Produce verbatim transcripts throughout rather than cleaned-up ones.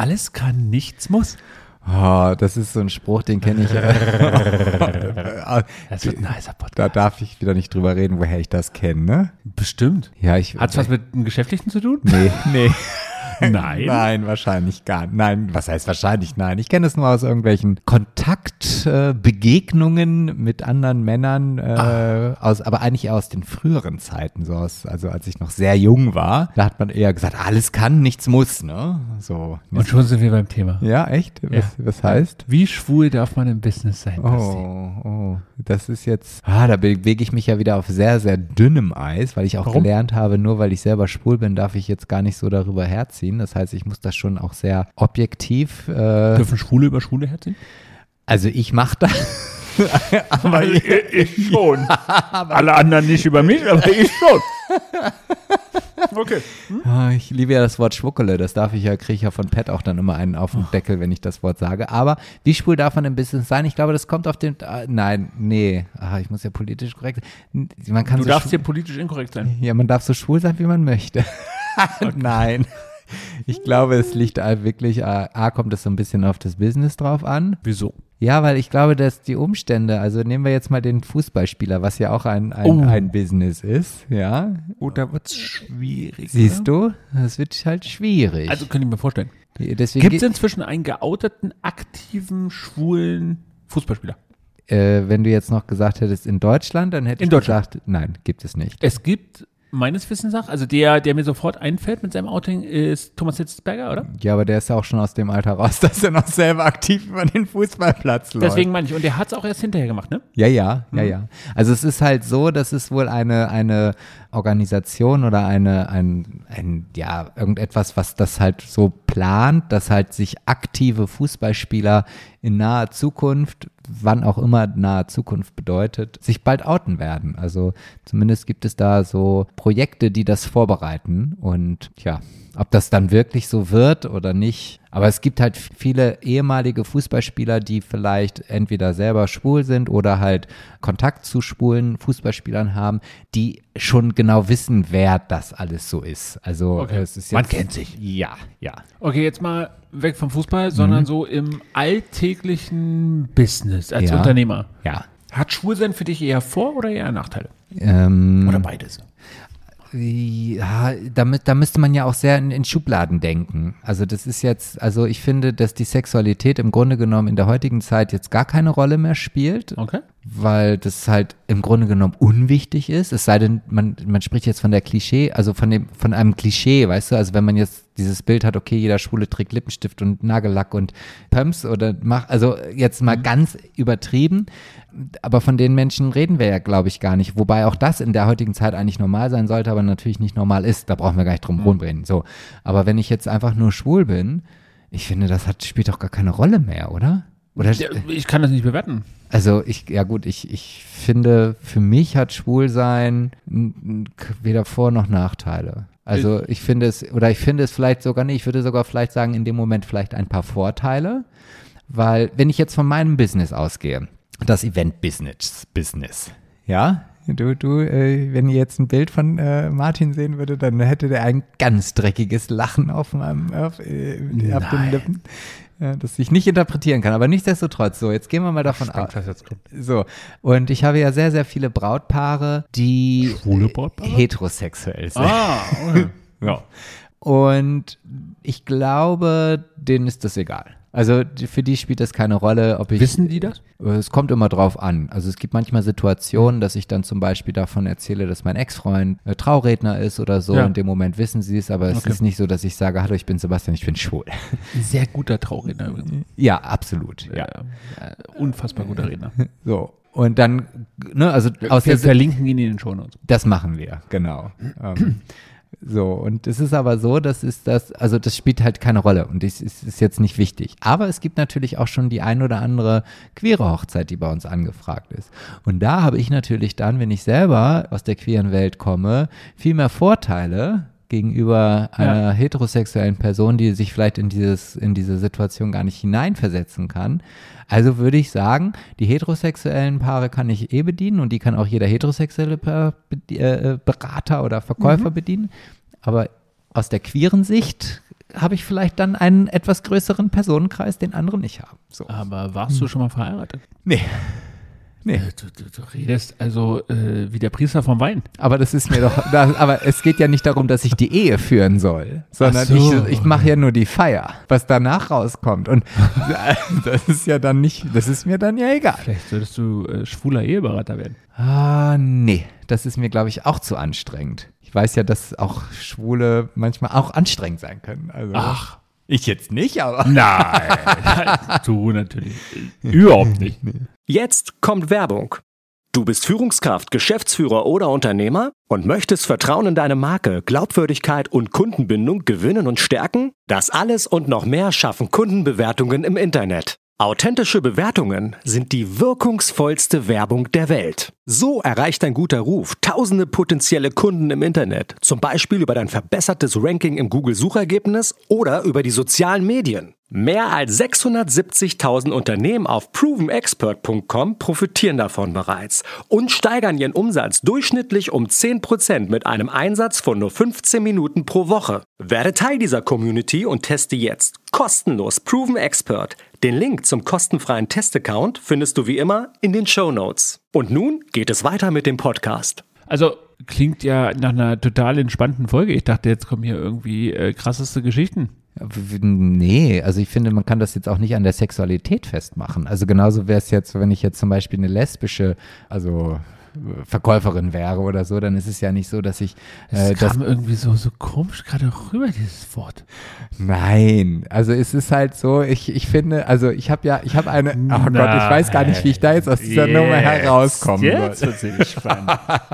Alles kann, nichts muss. Oh, das ist so ein Spruch, den kenne ich. Das wird ein heißer Podcast. Da darf ich wieder nicht drüber reden, woher ich das kenne, ne? Bestimmt. Ja, ich. Hat es was mit dem Geschäftlichen zu tun? Nee, nee. Nein. Nein, wahrscheinlich gar nicht. Nein, was heißt wahrscheinlich nein? Ich kenne es nur aus irgendwelchen Kontaktbegegnungen äh, mit anderen Männern, äh, ah. aus, aber eigentlich aus den früheren Zeiten, so aus, also als ich noch sehr jung war, da hat man eher gesagt, alles kann, nichts muss, ne? So. Und schon sind wir beim Thema. Ja, echt? Was, ja. was heißt? Wie schwul darf man im Business sein? Oh, oh, das ist jetzt, ah, da bewege ich mich ja wieder auf sehr, sehr dünnem Eis, weil ich auch Warum? gelernt habe, nur weil ich selber schwul bin, darf ich jetzt gar nicht so darüber herziehen. Das heißt, ich muss das schon auch sehr objektiv. Äh, Dürfen Schwule über Schwule herziehen? Also ich mache das. aber ich, ich schon. Aber alle anderen nicht über mich, aber ich schon. Okay. Hm? Ich liebe ja das Wort Schwuckele. Das darf ich ja, kriege ich ja von Pat auch dann immer einen auf den Deckel, wenn ich das Wort sage. Aber wie schwul darf man im Business sein? Ich glaube, das kommt auf den. Äh, nein, nee. Ach, ich muss ja politisch korrekt sein. Man kann du so darfst schw- hier politisch inkorrekt sein. Ja, man darf so schwul sein, wie man möchte. Okay. Nein. Ich glaube, es liegt wirklich, A, kommt es so ein bisschen auf das Business drauf an. Wieso? Ja, weil ich glaube, dass die Umstände, also nehmen wir jetzt mal den Fußballspieler, was ja auch ein, ein, oh. ein Business ist, ja. Oh, da wird es schwierig. Siehst du? Das wird halt schwierig. Also könnte ich mir vorstellen. Gibt es inzwischen einen geouteten, aktiven, schwulen Fußballspieler? Äh, wenn du jetzt noch gesagt hättest in Deutschland, dann hätte in ich gesagt, nein, gibt es nicht. Es gibt meines Wissens nach, also der, der mir sofort einfällt mit seinem Outing, ist Thomas Hitzelsberger, oder? Ja, aber der ist ja auch schon aus dem Alter raus, dass er noch selber aktiv über den Fußballplatz läuft. Deswegen meine ich, und der hat es auch erst hinterher gemacht, ne? Ja, ja, ja, mhm. ja. Also es ist halt so, dass es wohl eine, eine Organisation oder eine, ein, ein, ja, irgendetwas, was das halt so plant, dass halt sich aktive Fußballspieler in naher Zukunft, wann auch immer nahe Zukunft bedeutet, sich bald outen werden. Also zumindest gibt es da so Projekte, die das vorbereiten und ja, ob das dann wirklich so wird oder nicht. Aber es gibt halt viele ehemalige Fußballspieler, die vielleicht entweder selber schwul sind oder halt Kontakt zu schwulen Fußballspielern haben, die schon genau wissen, wer das alles so ist. Also okay. es ist jetzt, man kennt sich. Ja, ja. Okay, jetzt mal weg vom Fußball, sondern mhm. so im alltäglichen Business als ja. Unternehmer. Ja. Hat Schwulsein für dich eher Vor- oder eher Nachteile? Ähm, oder beides? Ja, damit, da müsste man ja auch sehr in, in Schubladen denken. Also das ist jetzt, also ich finde, dass die Sexualität im Grunde genommen in der heutigen Zeit jetzt gar keine Rolle mehr spielt. Okay. Weil das halt im Grunde genommen unwichtig ist. Es sei denn, man, man spricht jetzt von der Klischee, also von dem, von einem Klischee, weißt du, also wenn man jetzt dieses Bild hat, okay, jeder Schwule trägt Lippenstift und Nagellack und Pumps oder macht, also jetzt mal mhm. ganz übertrieben. Aber von den Menschen reden wir ja, glaube ich, gar nicht. Wobei auch das in der heutigen Zeit eigentlich normal sein sollte, aber natürlich nicht normal ist. Da brauchen wir gar nicht drum rumreden. So. Aber wenn ich jetzt einfach nur schwul bin, ich finde, das hat, spielt doch gar keine Rolle mehr, oder? Oder ja, ich kann das nicht bewerten. Also ich, ja gut, ich, ich finde, für mich hat Schwulsein weder Vor- noch Nachteile. Also ich finde es, oder ich finde es vielleicht sogar nicht, ich würde sogar vielleicht sagen, in dem Moment vielleicht ein paar Vorteile, weil wenn ich jetzt von meinem Business ausgehe, das Event-Business, Business, ja, du, du, äh, wenn ihr jetzt ein Bild von äh, Martin sehen würdet, dann hätte der ein ganz dreckiges Lachen auf, meinem, auf, äh, auf den Lippen, ja, das ich nicht interpretieren kann, aber nichtsdestotrotz, so, jetzt gehen wir mal davon aus. So, und ich habe ja sehr, sehr viele Brautpaare, die Schwule Brautpaare? heterosexuell sind. Ah, okay. Ja. Und ich glaube, denen ist das egal. Also für die spielt das keine Rolle, ob ich... Wissen die das? Es kommt immer drauf an. Also es gibt manchmal Situationen, dass ich dann zum Beispiel davon erzähle, dass mein Ex-Freund äh, Trauredner ist oder so. Ja. In dem Moment wissen sie es, aber es okay. ist nicht so, dass ich sage, hallo, ich bin Sebastian, ich bin schwul. Sehr guter Trauredner übrigens. Ja, absolut. Ja. Ja. Ja, unfassbar guter Redner. So. Und dann, ne, also aus Wir der... verlinken ihn in den Shownotes. Das machen wir, genau. ähm, So, und es ist aber so, das ist das, also das spielt halt keine Rolle und es ist, ist jetzt nicht wichtig. Aber es gibt natürlich auch schon die ein oder andere queere Hochzeit, die bei uns angefragt ist. Und da habe ich natürlich dann, wenn ich selber aus der queeren Welt komme, viel mehr Vorteile gegenüber einer ja. heterosexuellen Person, die sich vielleicht in dieses, in diese Situation gar nicht hineinversetzen kann. Also würde ich sagen, die heterosexuellen Paare kann ich eh bedienen und die kann auch jeder heterosexuelle Paar, äh, Berater oder Verkäufer mhm. bedienen. Aber aus der queeren Sicht habe ich vielleicht dann einen etwas größeren Personenkreis, den andere nicht haben. So. Aber warst du schon mal verheiratet? Nee. Nee. Du, du, du redest also äh, wie der Priester vom Wein. Aber das ist mir doch, da, aber es geht ja nicht darum, dass ich die Ehe führen soll, sondern so. ich, ich mache ja nur die Feier, was danach rauskommt. Und das ist ja dann nicht, das ist mir dann ja egal. Vielleicht solltest du äh, schwuler Eheberater werden. Ah, nee, das ist mir, glaube ich, auch zu anstrengend. Ich weiß ja, dass auch Schwule manchmal auch anstrengend sein können. Also, ach. Ich jetzt nicht, aber. Nein, du natürlich. Überhaupt nicht. Jetzt kommt Werbung. Du bist Führungskraft, Geschäftsführer oder Unternehmer und möchtest Vertrauen in deine Marke, Glaubwürdigkeit und Kundenbindung gewinnen und stärken? Das alles und noch mehr schaffen Kundenbewertungen im Internet. Authentische Bewertungen sind die wirkungsvollste Werbung der Welt. So erreicht dein guter Ruf tausende potenzielle Kunden im Internet, zum Beispiel über dein verbessertes Ranking im Google-Suchergebnis oder über die sozialen Medien. Mehr als sechshundertsiebzigtausend Unternehmen auf proven expert punkt com profitieren davon bereits und steigern ihren Umsatz durchschnittlich um zehn Prozent mit einem Einsatz von nur fünfzehn Minuten pro Woche. Werde Teil dieser Community und teste jetzt kostenlos Proven Expert. Den Link zum kostenfreien Testaccount findest du wie immer in den Shownotes. Und nun geht es weiter mit dem Podcast. Also klingt ja nach einer total entspannten Folge. Ich dachte, jetzt kommen hier irgendwie äh, krasseste Geschichten. Nee, also ich finde, man kann das jetzt auch nicht an der Sexualität festmachen. Also genauso wäre es jetzt, wenn ich jetzt zum Beispiel eine lesbische, also Verkäuferin wäre oder so, dann ist es ja nicht so, dass ich äh, das kam das irgendwie so, so komisch gerade rüber, dieses Wort. Nein, also es ist halt so, ich, ich finde, also ich habe ja, ich habe eine, oh Nein. Gott, ich weiß gar nicht, wie ich da jetzt aus dieser yes. Nummer herauskomme. Jetzt wird es spannend.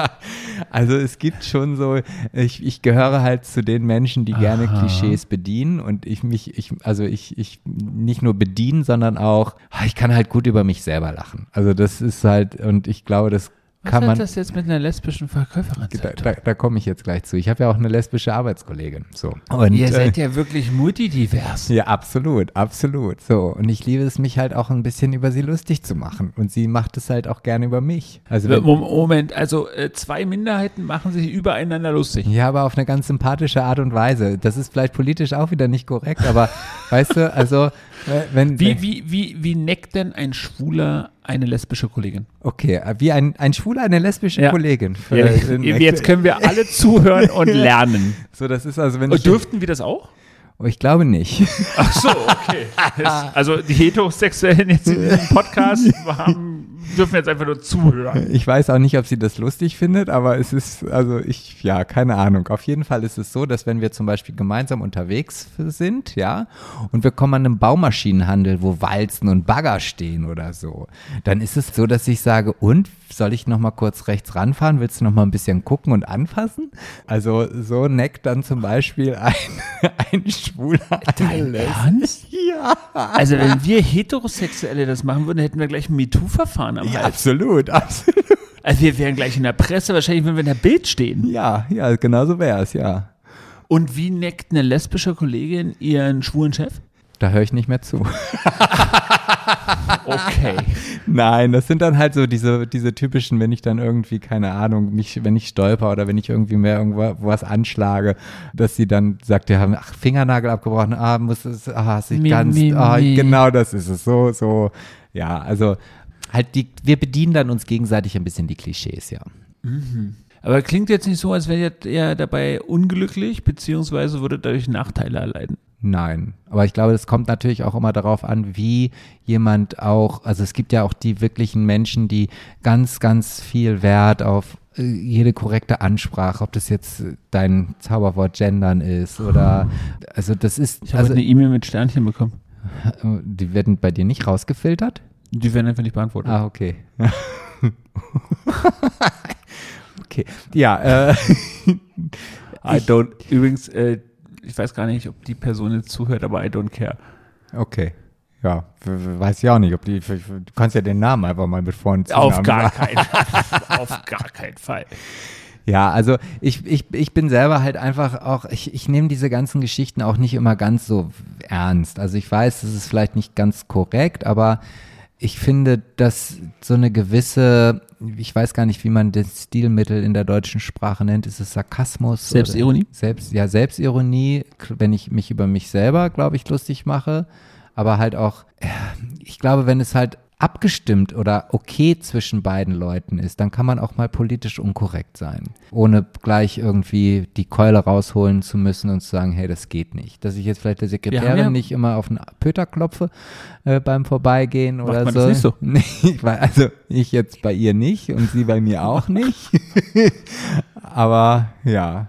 Also es gibt schon so, ich, ich gehöre halt zu den Menschen, die gerne Aha. Klischees bedienen und ich mich, ich, also ich, ich nicht nur bedienen, sondern auch, ich kann halt gut über mich selber lachen. Also das ist halt, und ich glaube, das Was kann hat man, das jetzt mit einer lesbischen Verkäuferin zu da, tun? da, da komme ich jetzt gleich zu. Ich habe ja auch eine lesbische Arbeitskollegin. So. Und, Ihr seid ja wirklich multidivers. Ja, absolut, absolut. So, und ich liebe es, mich halt auch ein bisschen über sie lustig zu machen. Und sie macht es halt auch gerne über mich. Also wenn, Moment, also äh, zwei Minderheiten machen sich übereinander lustig. Ja, aber auf eine ganz sympathische Art und Weise. Das ist vielleicht politisch auch wieder nicht korrekt, aber weißt du, also wenn... Wie, wie, wie, wie neckt denn ein Schwuler eine lesbische Kollegin? Okay, wie ein, ein Schwuler eine lesbische ja. Kollegin. Ja, jetzt können wir alle zuhören und lernen. So, das ist also, wenn und dürften wir das auch? Oh, ich glaube nicht. Ach so, okay. Das, also die Heterosexuellen jetzt in diesem Podcast haben, dürfen jetzt einfach nur zuhören. Ich weiß auch nicht, ob sie das lustig findet, aber es ist, also ich, ja, keine Ahnung. Auf jeden Fall ist es so, dass wenn wir zum Beispiel gemeinsam unterwegs sind, ja, und wir kommen an einem Baumaschinenhandel, wo Walzen und Bagger stehen oder so, dann ist es so, dass ich sage, und, soll ich noch mal kurz rechts ranfahren? Willst du noch mal ein bisschen gucken und anfassen? Also so neckt dann zum Beispiel ein, ein Schwuler. Dein Ernst? Ja. Also wenn wir Heterosexuelle das machen würden, hätten wir gleich ein MeToo-Verfahren am ja, Hals. Absolut, absolut. Also wir wären gleich in der Presse, wahrscheinlich würden wir in der Bild stehen. Ja, ja, genau so wäre es, ja. Und wie neckt eine lesbische Kollegin ihren schwulen Chef? Da höre ich nicht mehr zu. Okay. Nein, das sind dann halt so diese, diese typischen, wenn ich dann irgendwie, keine Ahnung, mich, wenn ich stolper oder wenn ich irgendwie mehr irgendwo was anschlage, dass sie dann sagt, wir haben ach, Fingernagel abgebrochen, ah, muss es, ah, sich mi, ganz, mi, ah, mi. genau das ist es, so, so, ja, also halt die, wir bedienen dann uns gegenseitig ein bisschen die Klischees, ja. Mhm. Aber klingt jetzt nicht so, als wärt ihr dabei unglücklich, beziehungsweise würdet dadurch Nachteile erleiden. Nein, aber ich glaube, das kommt natürlich auch immer darauf an, wie jemand auch, also es gibt ja auch die wirklichen Menschen, die ganz, ganz viel Wert auf äh, jede korrekte Ansprache, ob das jetzt dein Zauberwort Gendern ist oder, also das ist. Ich habe also, eine E-Mail mit Sternchen bekommen. Die werden bei dir nicht rausgefiltert? Die werden einfach nicht beantwortet. Ah, okay. Okay, ja, äh. I don't, übrigens, äh, ich weiß gar nicht, ob die Person jetzt zuhört, aber I don't care. Okay, ja, weiß ich auch nicht, ob die, du kannst ja den Namen einfach mal mit vorne ziehen. Auf gar keinen Fall, auf gar keinen Fall. Ja, also ich, ich, ich bin selber halt einfach auch, ich, ich nehme diese ganzen Geschichten auch nicht immer ganz so ernst. Also ich weiß, das ist vielleicht nicht ganz korrekt, aber ich finde, dass so eine gewisse, ich weiß gar nicht, wie man das Stilmittel in der deutschen Sprache nennt, ist es Sarkasmus? Selbstironie? Selbst, ja, Selbstironie, wenn ich mich über mich selber, glaube ich, lustig mache, aber halt auch, ich glaube, wenn es halt abgestimmt oder okay zwischen beiden Leuten ist, dann kann man auch mal politisch unkorrekt sein, ohne gleich irgendwie die Keule rausholen zu müssen und zu sagen, hey, das geht nicht. Dass ich jetzt vielleicht der Sekretärin ja. nicht immer auf den Pöter klopfe äh, beim Vorbeigehen Macht oder man so. Das nicht so? Nee, ich war, also ich jetzt bei ihr nicht und sie bei mir auch nicht. Aber ja,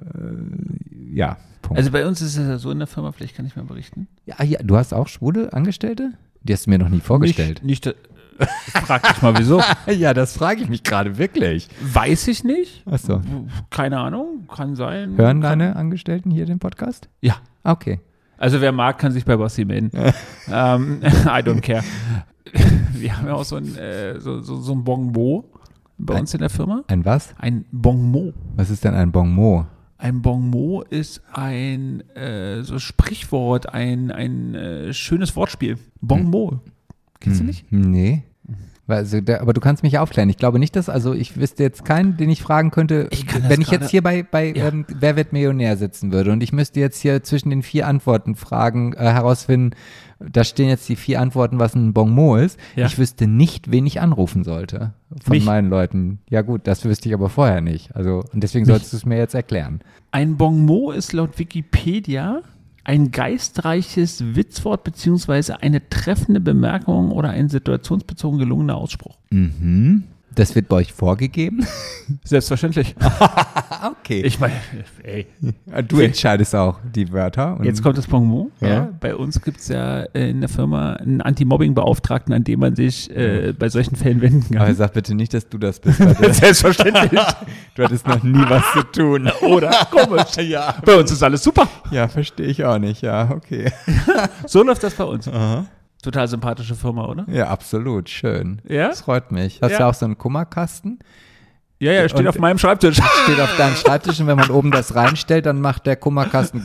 äh, ja. Punkt. Also bei uns ist es ja so in der Firma, vielleicht kann ich mal berichten. Ja, ja, du hast auch schwule Angestellte? Die hast du mir noch nie vorgestellt. Nicht, nicht äh, frag dich mal, wieso? Ja, das frage ich mich gerade wirklich. Weiß ich nicht. Ach so. Keine Ahnung, kann sein. Hören kann, deine Angestellten hier den Podcast? Ja. Okay. Also wer mag, kann sich bei Basti melden. ähm, I don't care. Wir haben ja auch so ein, äh, so, so, so ein Bonmot bei ein, uns in der Firma. Ein was? Ein Bonmot. Was ist denn ein Bonmot? Ein Bonmot ist ein äh, so Sprichwort, ein, ein äh, schönes Wortspiel. Bonmot. Hm. Kennst du nicht? Nee. Also, der, aber du kannst mich aufklären. Ich glaube nicht, dass, also ich wüsste jetzt keinen, den ich fragen könnte, ich wenn ich grade, jetzt hier bei, bei ja. ähm, Wer wird Millionär sitzen würde und ich müsste jetzt hier zwischen den vier Antworten fragen, äh, herausfinden, da stehen jetzt die vier Antworten, was ein Bonmot ist. Ja. Ich wüsste nicht, wen ich anrufen sollte von Mich? meinen Leuten. Ja gut, das wüsste ich aber vorher nicht. Also und deswegen solltest du es mir jetzt erklären. Ein Bonmot ist laut Wikipedia ein geistreiches Witzwort beziehungsweise eine treffende Bemerkung oder ein situationsbezogen gelungener Ausspruch. Mhm. Das wird bei euch vorgegeben? Selbstverständlich. Okay. Ich meine, ey. Du entscheidest auch die Wörter. Und Jetzt kommt das Bonmot. Ja. Ja. Bei uns gibt es ja in der Firma einen Anti-Mobbing-Beauftragten, an den man sich äh, bei solchen Fällen wenden kann. Aber sag bitte nicht, dass du das bist. Weil Selbstverständlich. du hattest noch nie was zu tun. Oder? Komisch. Ja. Bei uns ist alles super. Ja, verstehe ich auch nicht. Ja, okay. So läuft das bei uns. Aha. Total sympathische Firma, oder? Ja, absolut. Schön. Ja? Das freut mich. Hast du Ja. auch so einen Kummerkasten? Ja, ja, steht Und- auf meinem Schreibtisch. Steht auf deinem Schreibtisch und wenn man oben das reinstellt, dann macht der Kummerkasten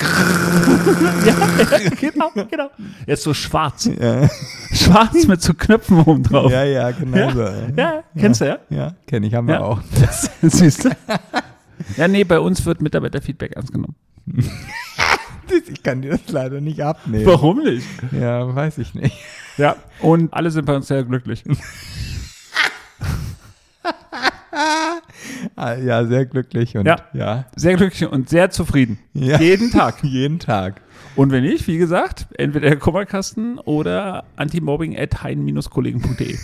genau, genau. Jetzt so schwarz. ja. Schwarz mit so Knöpfen oben drauf. ja, ja, genau Ja. so. Ja, kennst du ja? Ja, kenne ich, haben wir Ja. auch. Das, siehst du? Ja, nee, bei uns wird Mitarbeiterfeedback ernst genommen. Ich kann dir das leider nicht abnehmen. Warum nicht? Ja, weiß ich nicht. Ja, und alle sind bei uns sehr glücklich. Ah, ja, sehr glücklich und Ja. ja. Sehr glücklich und sehr zufrieden. Ja. Jeden Tag. Jeden Tag. Und wenn nicht, wie gesagt, entweder der Kummerkasten oder antimobbing at hein-kollegen punkt de.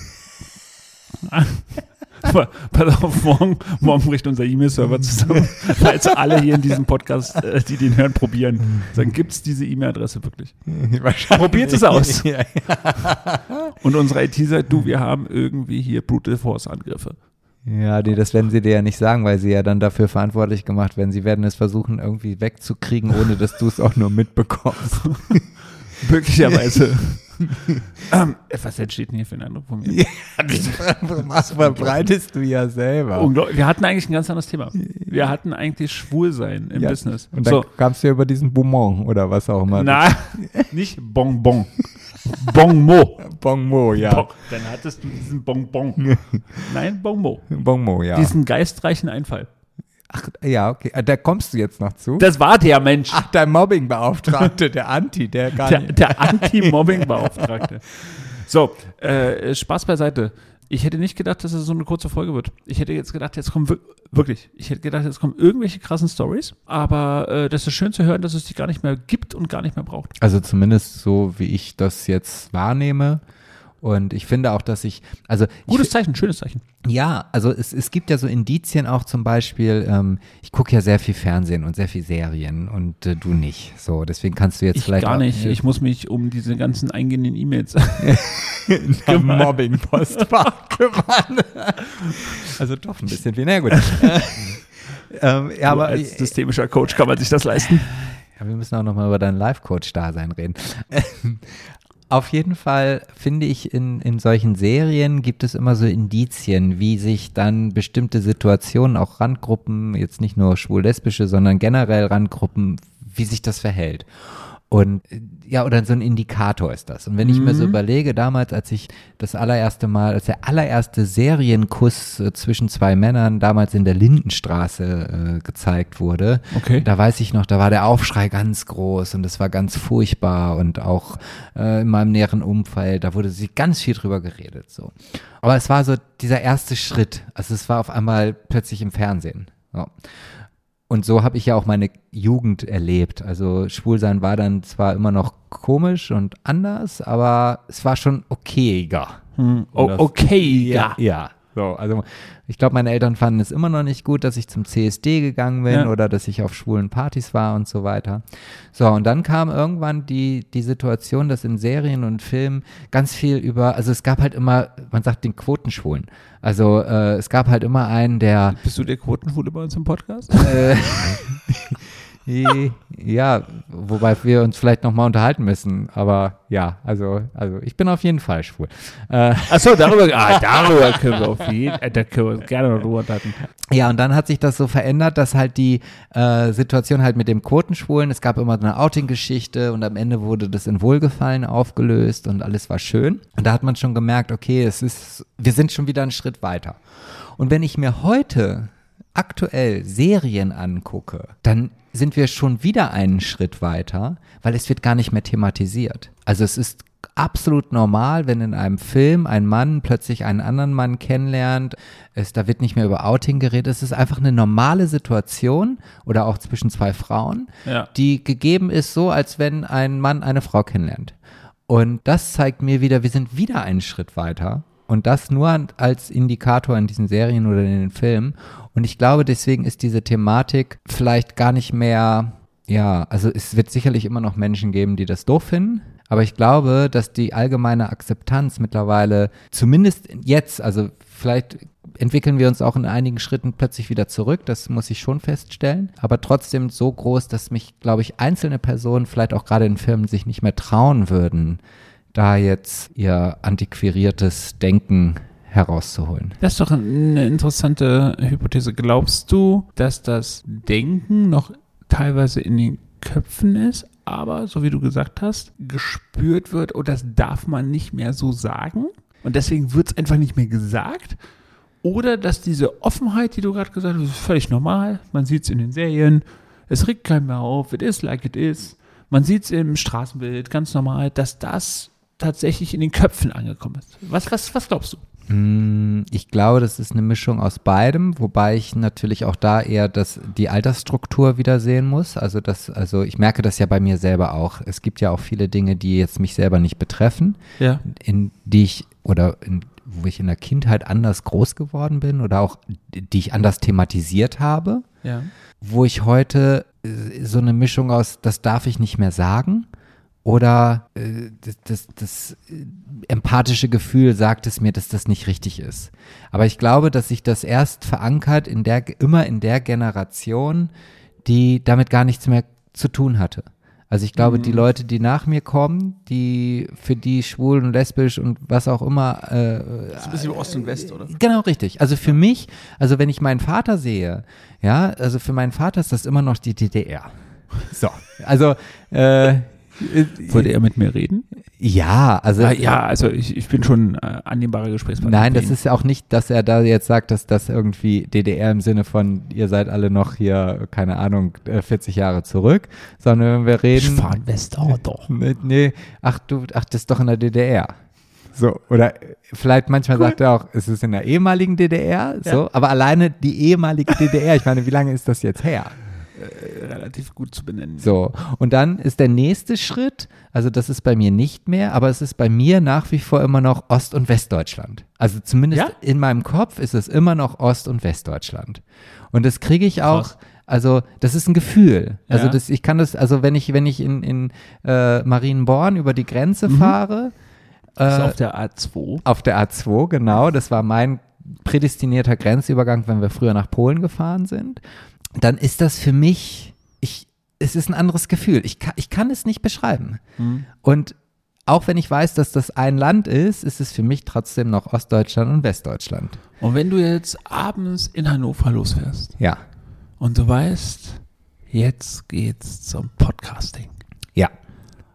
Pass auf, morgen, morgen bricht unser E-Mail-Server zusammen, falls alle hier in diesem Podcast, äh, die den hören, probieren. Dann gibt es diese E-Mail-Adresse wirklich. Probiert es aus. Ja, Und unsere I T sagt, du, wir haben irgendwie hier Brute Force-Angriffe. ja, nee, das werden sie dir ja nicht sagen, weil sie ja dann dafür verantwortlich gemacht werden. Sie werden es versuchen, irgendwie wegzukriegen, ohne dass du es auch nur mitbekommst. Möglicherweise. ähm, was entsteht denn hier für ein Eindruck von mir? Das verbreitest du ja selber. Unglaublich. Wir hatten eigentlich ein ganz anderes Thema. Wir hatten eigentlich Schwulsein im Ja, Business. Und dann So, kamst du ja über diesen Bonbon oder was auch immer. na, nicht Bonbon. Bonmot. Bonbon, ja. Bon. Dann hattest du diesen Bonbon. Nein, Bonmot. Bonbon, ja. Diesen geistreichen Einfall. Ach, ja, okay. Ah, da kommst du jetzt noch zu. Das war der Mensch. Ach, dein Mobbingbeauftragte, der Anti, der gar Der, nicht. der Anti-Mobbing-Beauftragte. So, äh, Spaß beiseite. Ich hätte nicht gedacht, dass es so eine kurze Folge wird. Ich hätte jetzt gedacht, jetzt kommen wir- wirklich, ich hätte gedacht, jetzt kommen irgendwelche krassen Stories. Aber äh, das ist schön zu hören, dass es die gar nicht mehr gibt und gar nicht mehr braucht. Also zumindest so, wie ich das jetzt wahrnehme. Und ich finde auch, dass ich, also Gutes ich, Zeichen, schönes Zeichen. ja, also es, es gibt ja so Indizien auch zum Beispiel, ähm, ich gucke ja sehr viel Fernsehen und sehr viel Serien und äh, du nicht. So, deswegen kannst du jetzt Ich vielleicht gar auch, nicht. Ich muss mich um diese ganzen eingehenden E-Mails. im Mobbing-Postfach kümmern. Also doch ein bisschen viel. Na gut. ähm, ja, Aber aber als systemischer Coach kann man sich das leisten. ja, wir müssen auch nochmal über dein Life-Coach-Dasein reden. Auf jeden Fall finde ich, in, in solchen Serien gibt es immer so Indizien, wie sich dann bestimmte Situationen, auch Randgruppen, jetzt nicht nur schwul-lesbische, sondern generell Randgruppen, wie sich das verhält. Und ja, oder so ein Indikator ist das. Und wenn ich Mhm. mir so überlege, damals, als ich das allererste Mal, als der allererste Serienkuss äh, zwischen zwei Männern damals in der Lindenstraße äh, gezeigt wurde, Okay. da weiß ich noch, da war der Aufschrei ganz groß und es war ganz furchtbar und auch äh, in meinem näheren Umfeld, da wurde sich ganz viel drüber geredet. So. Aber es war so dieser erste Schritt. Also es war auf einmal plötzlich im Fernsehen. Ja. Und so habe ich ja auch meine Jugend erlebt. Also Schwulsein war dann zwar immer noch komisch und anders, aber es war schon okayiger. Hm. Um O- das- okay, Ja, ja. ja. So, also ich glaube, meine Eltern fanden es immer noch nicht gut, dass ich zum C S D gegangen bin Ja. oder dass ich auf schwulen Partys war und so weiter. So, und dann kam irgendwann die, die Situation, dass in Serien und Filmen ganz viel über, also es gab halt immer, man sagt den Quotenschwulen. Also äh, es gab halt immer einen, der Bist du der Quotenschwule bei uns im Podcast? äh, ja, wobei wir uns vielleicht nochmal unterhalten müssen, aber ja, also, also ich bin auf jeden Fall schwul. Äh, Achso, darüber, ah, darüber können wir auf jeden Fall, da können wir uns gerne noch drüber unterhalten. Ja, und dann hat sich das so verändert, dass halt die äh, Situation halt mit dem Quotenschwulen, es gab immer eine Outing-Geschichte und am Ende wurde das in Wohlgefallen aufgelöst und alles war schön. Und da hat man schon gemerkt, okay, es ist, wir sind schon wieder einen Schritt weiter. Und wenn ich mir heute aktuell Serien angucke, dann sind wir schon wieder einen Schritt weiter, weil es wird gar nicht mehr thematisiert. Also es ist absolut normal, wenn in einem Film ein Mann plötzlich einen anderen Mann kennenlernt. Es, da wird nicht mehr über Outing geredet. Es ist einfach eine normale Situation oder auch zwischen zwei Frauen, Ja. die gegeben ist, so als wenn ein Mann eine Frau kennenlernt. Und das zeigt mir wieder, wir sind wieder einen Schritt weiter. Und das nur als Indikator in diesen Serien oder in den Filmen. Und ich glaube, deswegen ist diese Thematik vielleicht gar nicht mehr, ja, also es wird sicherlich immer noch Menschen geben, die das doof finden. Aber ich glaube, dass die allgemeine Akzeptanz mittlerweile, zumindest jetzt, also vielleicht entwickeln wir uns auch in einigen Schritten plötzlich wieder zurück, das muss ich schon feststellen, aber trotzdem so groß, dass mich, glaube ich, einzelne Personen vielleicht auch gerade in Firmen sich nicht mehr trauen würden, da jetzt ihr antiquiertes Denken herauszuholen. Das ist doch eine interessante Hypothese. Glaubst du, dass das Denken noch teilweise in den Köpfen ist, aber, so wie du gesagt hast, gespürt wird, und das darf man nicht mehr so sagen und deswegen wird es einfach nicht mehr gesagt? Oder dass diese Offenheit, die du gerade gesagt hast, ist völlig normal, man sieht es in den Serien, es regt keinen mehr auf, it is like it is, man sieht es im Straßenbild, ganz normal, dass das tatsächlich in den Köpfen angekommen ist. Was, was, was glaubst du? Ich glaube, das ist eine Mischung aus beidem, wobei ich natürlich auch da eher das, die Altersstruktur wieder sehen muss. Also das, also ich merke das ja bei mir selber auch. Es gibt ja auch viele Dinge, die jetzt mich selber nicht betreffen, Ja. in die ich oder in, wo ich in der Kindheit anders groß geworden bin oder auch die ich anders thematisiert habe, Ja. wo ich heute äh, so eine Mischung aus, das darf ich nicht mehr sagen. Oder äh, das, das, das äh, empathische Gefühl sagt es mir, dass das nicht richtig ist. Aber ich glaube, dass sich das erst verankert in der, immer in der Generation, die damit gar nichts mehr zu tun hatte. Also ich glaube, Mhm. die Leute, die nach mir kommen, die für die schwul und lesbisch und was auch immer. Äh, Das ist ein bisschen wie Ost und West, oder? Genau, richtig. Also für mich, also wenn ich meinen Vater sehe, ja, also für meinen Vater ist das immer noch die D D R. So, also äh, Würde er mit mir reden? ja, also Ah, ja, also ich, ich bin schon äh, annehmbarer Gesprächspartner. nein, für das ihn. ist ja auch nicht, dass er da jetzt sagt, dass das irgendwie D D R im Sinne von, ihr seid alle noch hier, keine Ahnung, äh, vierzig Jahre zurück, sondern wenn wir reden. Fahren Westau doch. Nee, nee, ach du, ach, das ist doch in der D D R. So, oder vielleicht manchmal sagt er auch, es ist in der ehemaligen D D R, so, Ja. aber alleine die ehemalige D D R, ich meine, wie lange ist das jetzt her? Äh, relativ gut zu benennen. So, und dann ist der nächste Schritt, also das ist bei mir nicht mehr, aber es ist bei mir nach wie vor immer noch Ost- und Westdeutschland. Also zumindest Ja? in meinem Kopf ist es immer noch Ost- und Westdeutschland. Und das kriege ich auch, Krass. also das ist ein Gefühl. Also Ja. das, ich kann das, also wenn ich, wenn ich in, in äh, Marienborn über die Grenze Mhm. fahre, Das ist äh, auf der A zwei. auf der A zwei, genau, das war mein prädestinierter Grenzübergang, wenn wir früher nach Polen gefahren sind, dann ist das für mich, ich, es ist ein anderes Gefühl. Ich kann, ich kann es nicht beschreiben. Mhm. Und auch wenn ich weiß, dass das ein Land ist, ist es für mich trotzdem noch Ostdeutschland und Westdeutschland. Und wenn du jetzt abends in Hannover losfährst Ja, und du weißt, jetzt geht's zum Podcasting. ja.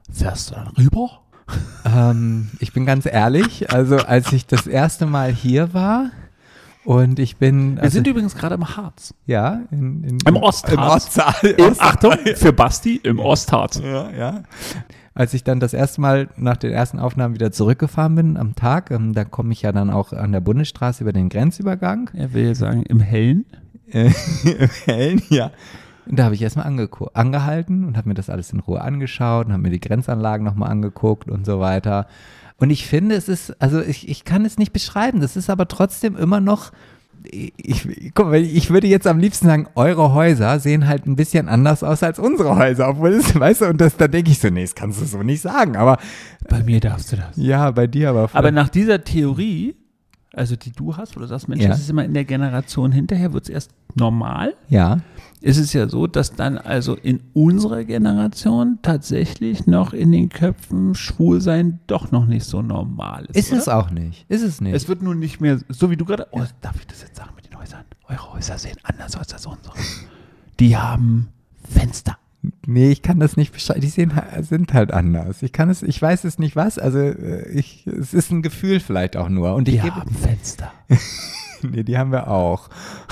Fährst du dann rüber? Ähm, ich bin ganz ehrlich, also als ich das erste Mal hier war und ich bin... Wir also, sind übrigens gerade im Harz. Ja, in, in, Im Ostharz. Im Ostharz. Im, Achtung, für Basti, im Ostharz. Ja, ja. Als ich dann das erste Mal nach den ersten Aufnahmen wieder zurückgefahren bin am Tag, ähm, da komme ich ja dann auch an der Bundesstraße über den Grenzübergang. Er will sagen, im Hellen. Äh, Im Hellen, ja. Und da habe ich erstmal angeku- angehalten und habe mir das alles in Ruhe angeschaut und habe mir die Grenzanlagen nochmal angeguckt und so weiter. Und ich finde, es ist, also ich, ich kann es nicht beschreiben, das ist aber trotzdem immer noch, ich, guck mal, ich würde jetzt am liebsten sagen, eure Häuser sehen halt ein bisschen anders aus als unsere Häuser, obwohl es, weißt du, und das, da denke ich so, nee, das kannst du so nicht sagen, aber. Bei mir darfst du das. Ja, bei dir aber. Aber nach dieser Theorie, also die du hast, wo du sagst, Mensch, Ja. das ist immer in der Generation hinterher, wird es erst normal. Ja. Ist es ja so, dass dann also in unserer Generation tatsächlich noch in den Köpfen Schwulsein doch noch nicht so normal ist. Ist oder? es auch nicht. Ist es nicht. Es wird nun nicht mehr, so wie du gerade, oh, darf ich das jetzt sagen mit den Häusern? Eure Häuser sehen anders aus als unsere. Die haben Fenster. Nee, ich kann das nicht beschreiben. Die sehen, sind halt anders. Ich kann es, ich weiß es nicht was. Also ich, es ist ein Gefühl vielleicht auch nur. Und ich Die gebe, haben Fenster. nee, die haben wir auch.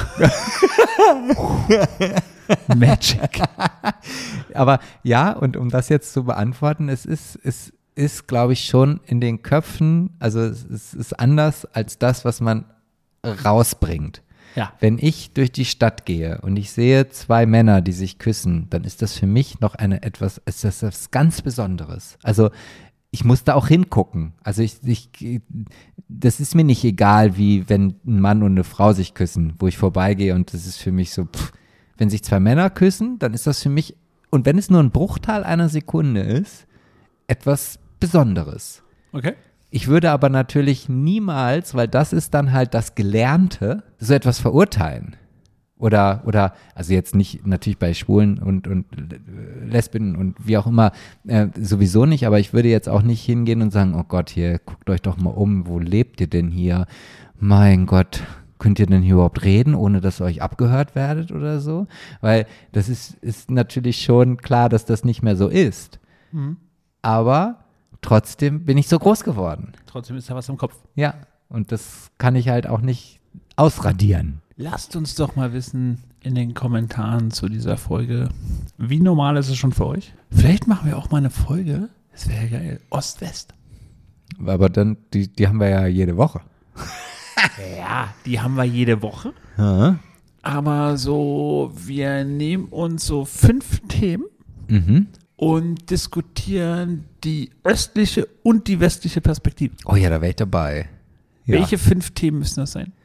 Magic. Aber ja, und um das jetzt zu beantworten, es ist, es ist, glaube ich, schon in den Köpfen, also es, es ist anders als das, was man rausbringt. Ja. Wenn ich durch die Stadt gehe und ich sehe zwei Männer, die sich küssen, dann ist das für mich noch eine etwas, ist das was ganz Besonderes. Also ich muss da auch hingucken. Also ich, ich, das ist mir nicht egal, wie wenn ein Mann und eine Frau sich küssen, wo ich vorbeigehe und das ist für mich so, pff, wenn sich zwei Männer küssen, dann ist das für mich, und wenn es nur ein Bruchteil einer Sekunde ist, etwas Besonderes. Okay. Ich würde aber natürlich niemals, weil das ist dann halt das Gelernte, so etwas verurteilen. Oder, oder, also jetzt nicht natürlich bei Schwulen und, und Lesben und wie auch immer, äh, sowieso nicht, aber ich würde jetzt auch nicht hingehen und sagen, oh Gott, hier, guckt euch doch mal um, wo lebt ihr denn hier? Mein Gott, könnt ihr denn hier überhaupt reden, ohne dass ihr euch abgehört werdet oder so? Weil das ist, ist natürlich schon klar, dass das nicht mehr so ist. Mhm. Aber trotzdem bin ich so groß geworden. Trotzdem ist da was im Kopf. Ja, und das kann ich halt auch nicht ausradieren. Lasst uns doch mal wissen in den Kommentaren zu dieser Folge, wie normal ist es schon für euch? Vielleicht machen wir auch mal eine Folge, das wäre ja geil, Ost-West. Aber dann, die, die haben wir ja jede Woche. Ja, die haben wir jede Woche. Ja. Aber so, wir nehmen uns so fünf Themen Mhm. und diskutieren die östliche und die westliche Perspektive. Oh ja, da wäre ich dabei. Ja. Welche fünf Themen müssen das sein?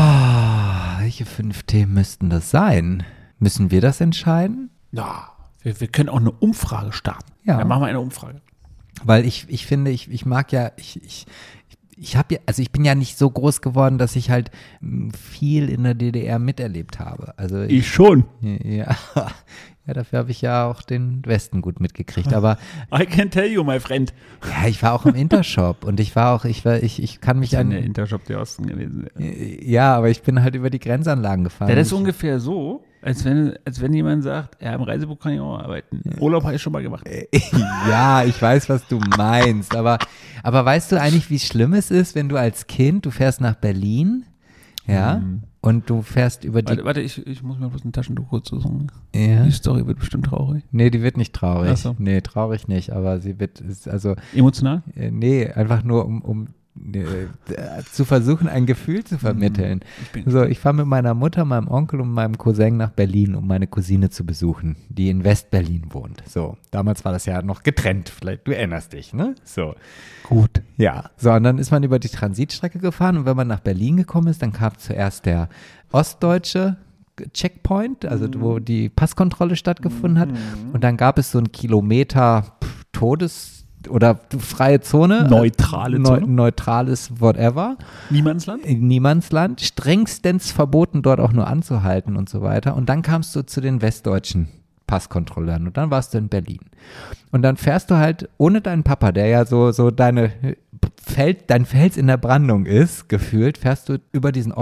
Ah, welche fünf Themen müssten das sein? Müssen wir das entscheiden? Ja, wir, wir können auch eine Umfrage starten. Ja. Dann machen wir eine Umfrage. Weil ich, ich finde, ich, ich mag ja, ich, ich, ich habe ja, also ich bin ja nicht so groß geworden, dass ich halt m, viel in der D D R miterlebt habe. Also ich, schon. ja, ja, dafür habe ich ja auch den Westen gut mitgekriegt. Aber I can tell you, my friend. ja, ich war auch im Intershop und ich war auch, ich war, ich, ich kann mich Ich bin an, der Intershop der Osten gewesen. ja, aber ich bin halt über die Grenzanlagen gefahren. Ja, das ist Und ich, ungefähr so, als wenn, als wenn jemand sagt, ja, im Reisebuch kann ich auch arbeiten. Urlaub habe ich schon mal gemacht. ja, ich weiß, was du meinst, aber, aber weißt du eigentlich, wie schlimm es ist, wenn du als Kind, du fährst nach Berlin, ja, Mhm. und du fährst über die, Warte, warte ich, ich muss mir bloß ein Taschentuch kurz suchen. ja, Die Story wird bestimmt traurig. nee, die wird nicht traurig, Ach so. nee, traurig nicht, aber sie wird, ist also, Emotional? äh, nee, einfach nur um, um äh, zu versuchen, ein Gefühl zu vermitteln. Ich bin So, ich fahre mit meiner Mutter, meinem Onkel und meinem Cousin nach Berlin, um meine Cousine zu besuchen, die in West-Berlin wohnt. So, damals war das ja noch getrennt, vielleicht, du erinnerst dich, ne? So. gut. Ja, so, und dann ist man über die Transitstrecke gefahren und wenn man nach Berlin gekommen ist, dann kam zuerst der ostdeutsche Checkpoint, also wo die Passkontrolle stattgefunden hat und dann gab es so einen Kilometer pff, Todes- oder freie Zone. Neutrale Neu- Zone. Neutrales whatever. Niemandsland? In Niemandsland. Strengstens verboten, dort auch nur anzuhalten und so weiter. Und dann kamst du zu den westdeutschen Passkontrolleuren und dann warst du in Berlin. Und dann fährst du halt ohne deinen Papa, der ja so, so deine Feld, dein Fels in der Brandung ist, gefühlt, fährst du über diesen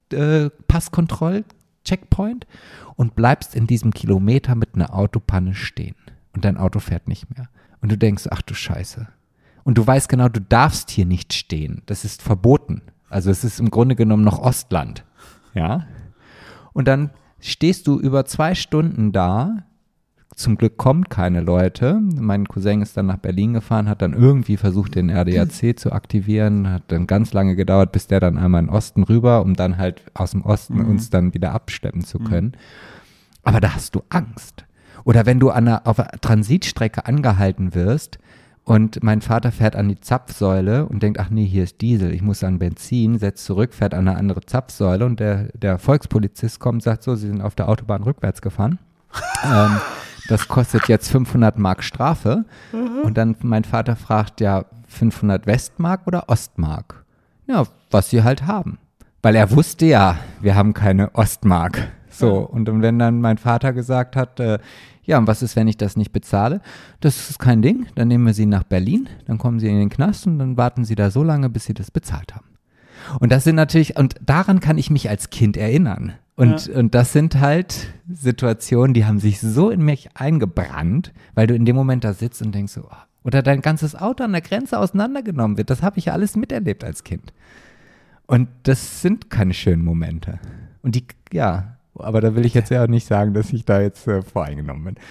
Ost-Passkontroll-Checkpoint und bleibst in diesem Kilometer mit einer Autopanne stehen. Und dein Auto fährt nicht mehr. Und du denkst, ach du Scheiße. Und du weißt genau, du darfst hier nicht stehen. Das ist verboten. Also es ist im Grunde genommen noch Ostland. Ja. Und dann stehst du über zwei Stunden da. Zum Glück kommen keine Leute. Mein Cousin ist dann nach Berlin gefahren, hat dann irgendwie versucht, den R D A C zu aktivieren. Hat dann ganz lange gedauert, bis der dann einmal in den Osten rüber, um dann halt aus dem Osten mhm. uns dann wieder abschleppen zu können. Mhm. Aber da hast du Angst. Oder wenn du an einer, auf einer Transitstrecke angehalten wirst und mein Vater fährt an die Zapfsäule und denkt, ach nee, hier ist Diesel, ich muss an Benzin, setzt zurück, fährt an eine andere Zapfsäule und der, der Volkspolizist kommt und sagt so, Sie sind auf der Autobahn rückwärts gefahren. ähm, das kostet jetzt fünfhundert Mark Strafe. Mhm. Und dann mein Vater fragt, ja, fünfhundert Westmark oder Ostmark? Ja, was sie halt haben. Weil er wusste ja, wir haben keine Ostmark. So, und wenn dann mein Vater gesagt hat, äh, ja, und was ist, wenn ich das nicht bezahle? Das ist kein Ding, dann nehmen wir sie nach Berlin, dann kommen sie in den Knast und dann warten sie da so lange, bis sie das bezahlt haben. Und das sind natürlich, und daran kann ich mich als Kind erinnern. Und, ja. und das sind halt Situationen, die haben sich so in mich eingebrannt, weil du in dem Moment da sitzt und denkst so, oh, oder dein ganzes Auto an der Grenze auseinandergenommen wird. Das habe ich ja alles miterlebt als Kind. Und das sind keine schönen Momente. Und die, ja, aber da will ich jetzt ja auch nicht sagen, dass ich da jetzt äh, voreingenommen bin.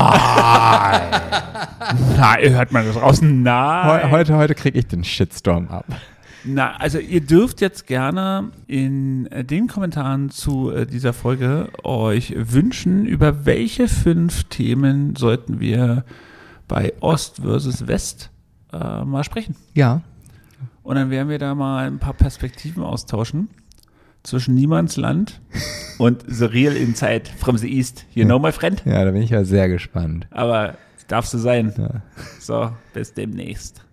Nein! Nein, hört man das raus? Nein! He- heute heute kriege ich den Shitstorm ab. Na, also ihr dürft jetzt gerne in äh, den Kommentaren zu äh, dieser Folge euch wünschen, über welche fünf Themen sollten wir bei Ost versus West äh, mal sprechen. Ja. Und dann werden wir da mal ein paar Perspektiven austauschen zwischen Niemandsland und The Real Inside from the East. You know, my friend? Ja, da bin ich ja sehr gespannt. Aber darfst du sein. Ja. So, bis demnächst.